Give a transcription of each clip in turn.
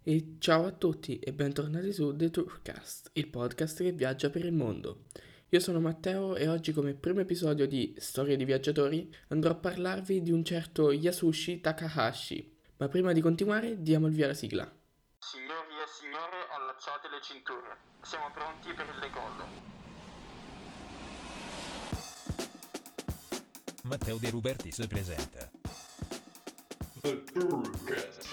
E ciao a tutti e bentornati su The Tourcast, il podcast che viaggia per il mondo. Io sono Matteo e oggi come primo episodio di Storie di Viaggiatori andrò a parlarvi di un certo Yasushi Takahashi. Ma prima di continuare diamo il via alla sigla. Signori e signore, allacciate le cinture. Siamo pronti per il decollo. Matteo De Rubertis presenta The Tourcast.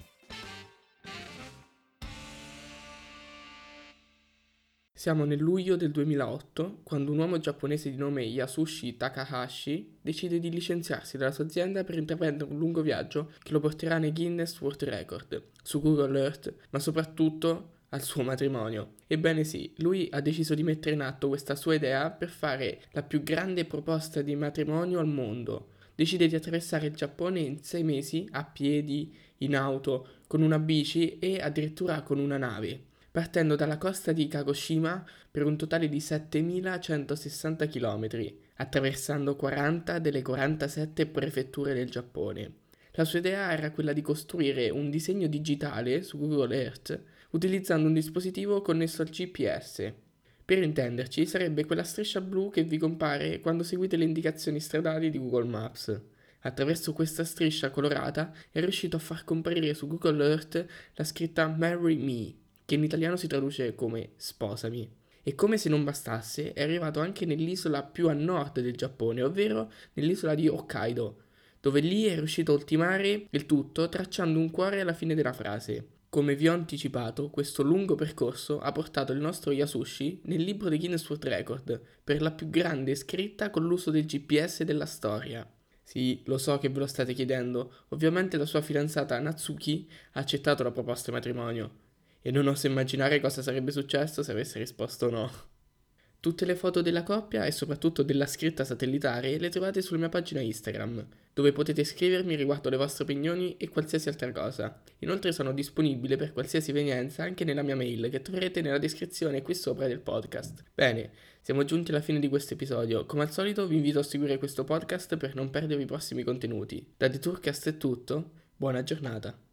Siamo nel luglio del 2008, quando un uomo giapponese di nome Yasushi Takahashi decide di licenziarsi dalla sua azienda per intraprendere un lungo viaggio che lo porterà nei Guinness World Record, su Google Earth, ma soprattutto al suo matrimonio. Ebbene sì, lui ha deciso di mettere in atto questa sua idea per fare la più grande proposta di matrimonio al mondo. Decide di attraversare il Giappone in 6 mesi, a piedi, in auto, con una bici e addirittura con una nave, partendo dalla costa di Kagoshima per un totale di 7.160 km, attraversando 40 delle 47 prefetture del Giappone. La sua idea era quella di costruire un disegno digitale su Google Earth utilizzando un dispositivo connesso al GPS. Per intenderci, sarebbe quella striscia blu che vi compare quando seguite le indicazioni stradali di Google Maps. Attraverso questa striscia colorata è riuscito a far comparire su Google Earth la scritta Marry Me, che in italiano si traduce come sposami. E come se non bastasse, è arrivato anche nell'isola più a nord del Giappone, ovvero nell'isola di Hokkaido, dove lì è riuscito a ultimare il tutto tracciando un cuore alla fine della frase. Come vi ho anticipato, questo lungo percorso ha portato il nostro Yasushi nel libro dei Guinness World Record per la più grande scritta con l'uso del GPS della storia. Sì, lo so che ve lo state chiedendo, ovviamente la sua fidanzata Natsuki ha accettato la proposta di matrimonio e non oso immaginare cosa sarebbe successo se avesse risposto no. Tutte le foto della coppia e soprattutto della scritta satellitare le trovate sulla mia pagina Instagram, dove potete scrivermi riguardo le vostre opinioni e qualsiasi altra cosa. Inoltre sono disponibile per qualsiasi evenienza anche nella mia mail che troverete nella descrizione qui sopra del podcast. Bene, siamo giunti alla fine di questo episodio. Come al solito vi invito a seguire questo podcast per non perdere i prossimi contenuti. Da The Tourcast è tutto, buona giornata.